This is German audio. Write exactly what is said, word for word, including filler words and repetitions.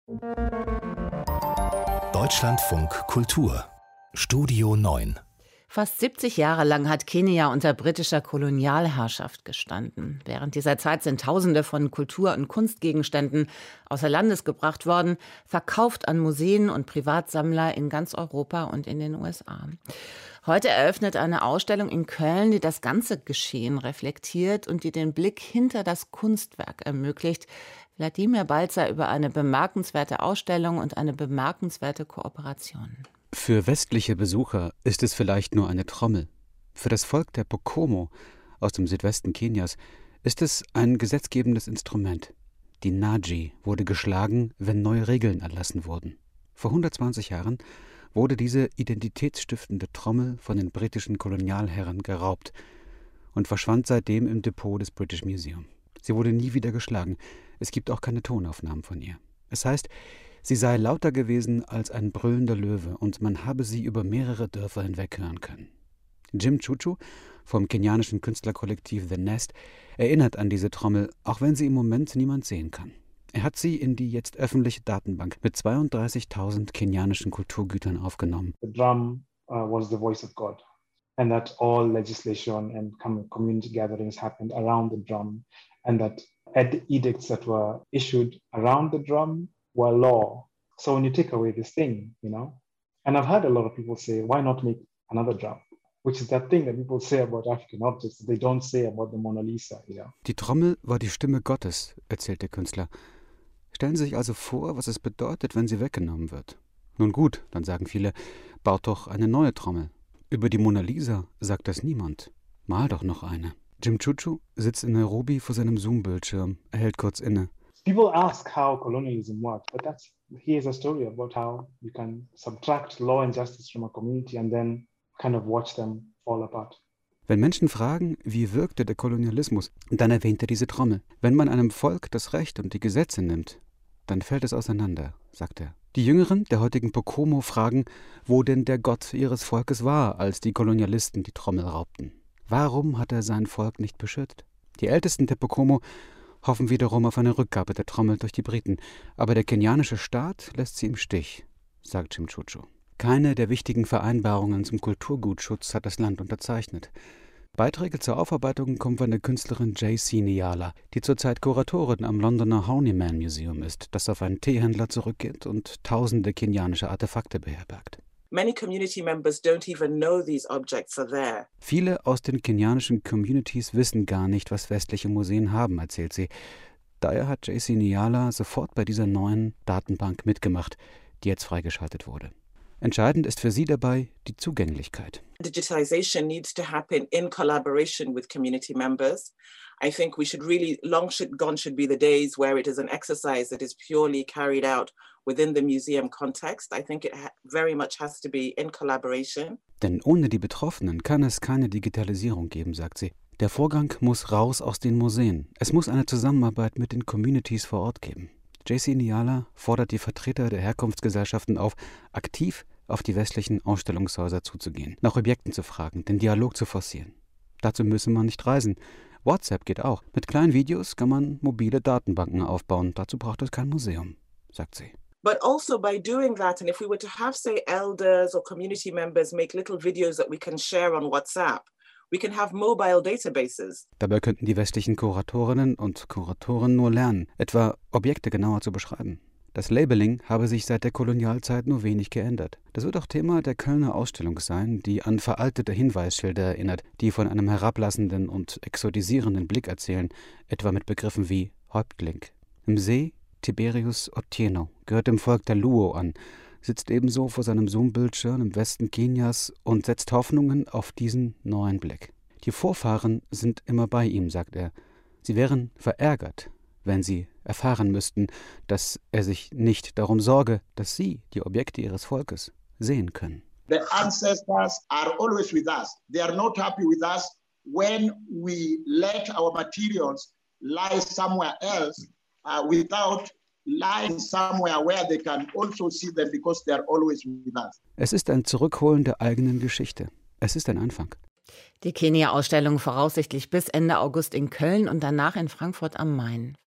Deutschlandfunk Kultur Studio neun. Fast siebzig Jahre lang hat Kenia unter britischer Kolonialherrschaft gestanden. Während dieser Zeit sind Tausende von Kultur- und Kunstgegenständen außer Landes gebracht worden, verkauft an Museen und Privatsammler in ganz Europa und in den U S A. Heute eröffnet eine Ausstellung in Köln, die das ganze Geschehen reflektiert und die den Blick hinter das Kunstwerk ermöglicht. Wladimir Balzer über eine bemerkenswerte Ausstellung und eine bemerkenswerte Kooperation. Für westliche Besucher ist es vielleicht nur eine Trommel. Für das Volk der Pokomo aus dem Südwesten Kenias ist es ein gesetzgebendes Instrument. Die Naji wurde geschlagen, wenn neue Regeln erlassen wurden. Vor hundertzwanzig Jahren wurde diese identitätsstiftende Trommel von den britischen Kolonialherren geraubt und verschwand seitdem im Depot des British Museum. Sie wurde nie wieder geschlagen. Es gibt auch keine Tonaufnahmen von ihr. Es heißt, sie sei lauter gewesen als ein brüllender Löwe und man habe sie über mehrere Dörfer hinweg hören können. Jim Chuchu vom kenianischen Künstlerkollektiv The Nest erinnert an diese Trommel, auch wenn sie im Moment niemand sehen kann. Er hat sie in die jetzt öffentliche Datenbank mit zweiunddreißigtausend kenianischen Kulturgütern aufgenommen. The drum uh, was the voice of God, and that all legislation and community gatherings happened around the drum, and that edicts that were issued around the drum were law. So when you take away this thing, you know, and I've heard a lot of people say, why not make another drum? Which is that thing that people say about African objects that they don't say about the Mona Lisa, you know. Die Trommel war die Stimme Gottes, erzählt der Künstler. Stellen Sie sich also vor, was es bedeutet, wenn sie weggenommen wird. Nun gut, dann sagen viele, baut doch eine neue Trommel. Über die Mona Lisa sagt das niemand. Mal doch noch eine. Jim Chuchu sitzt in Nairobi vor seinem Zoom-Bildschirm. Er hält kurz inne. People ask how colonialism worked, but that's here's a story about how you can subtract law and justice from a community and then kind of watch them fall apart. Wenn Menschen fragen, wie wirkte der Kolonialismus, dann erwähnt er diese Trommel. Wenn man einem Volk das Recht und die Gesetze nimmt, dann fällt es auseinander, sagt er. Die Jüngeren der heutigen Pokomo fragen, wo denn der Gott ihres Volkes war, als die Kolonialisten die Trommel raubten. Warum hat er sein Volk nicht beschützt? Die Ältesten der Pokomo hoffen wiederum auf eine Rückgabe der Trommel durch die Briten. Aber der kenianische Staat lässt sie im Stich, sagt Jim Chuchu. Keine der wichtigen Vereinbarungen zum Kulturgutschutz hat das Land unterzeichnet. Beiträge zur Aufarbeitung kommen von der Künstlerin J C Nyala, die zurzeit Kuratorin am Londoner Horniman Museum ist, das auf einen Teehändler zurückgeht und tausende kenianische Artefakte beherbergt. Many community members don't even know these objects are there. Viele aus den kenianischen Communities wissen gar nicht, was westliche Museen haben, erzählt sie. Daher hat J C Nyala sofort bei dieser neuen Datenbank mitgemacht, die jetzt freigeschaltet wurde. Entscheidend ist für sie dabei die Zugänglichkeit. Digitization needs to happen in collaboration with community members. I think we should really, long should, gone should be the days where it is an exercise that is purely carried out within the museum context. I think it ha- very much has to be in collaboration. Denn ohne die Betroffenen kann es keine Digitalisierung geben, sagt sie. Der Vorgang muss raus aus den Museen. Es muss eine Zusammenarbeit mit den Communities vor Ort geben. J C Nyala fordert die Vertreter der Herkunftsgesellschaften auf, aktiv auf die westlichen Ausstellungshäuser zuzugehen, nach Objekten zu fragen, den Dialog zu forcieren. Dazu müsse man nicht reisen. WhatsApp geht auch. Mit kleinen Videos kann man mobile Datenbanken aufbauen. Dazu braucht es kein Museum, sagt sie. But also by doing that, and if we were to have, say, elders or community members make little videos that we can share on WhatsApp, we can have mobile databases. Dabei könnten die westlichen Kuratorinnen und Kuratoren nur lernen, etwa Objekte genauer zu beschreiben. Das Labeling habe sich seit der Kolonialzeit nur wenig geändert. Das wird auch Thema der Kölner Ausstellung sein, die an veraltete Hinweisschilder erinnert, die von einem herablassenden und exotisierenden Blick erzählen, etwa mit Begriffen wie Häuptling. Im See Tiberius Otieno gehört dem Volk der Luo an, sitzt ebenso vor seinem Zoom-Bildschirm im Westen Kenias und setzt Hoffnungen auf diesen neuen Blick. Die Vorfahren sind immer bei ihm, sagt er. Sie wären verärgert, wenn sie erfahren müssten, dass er sich nicht darum sorge, dass sie, die Objekte ihres Volkes, sehen können. The ancestors are always with us. They are not happy with us when we let our materials lie somewhere else uh, without lying somewhere where they can also see them because they are always with us. Es ist ein Zurückholen der eigenen Geschichte. Es ist ein Anfang. Die Kenia-Ausstellung voraussichtlich bis Ende August in Köln und danach in Frankfurt am Main.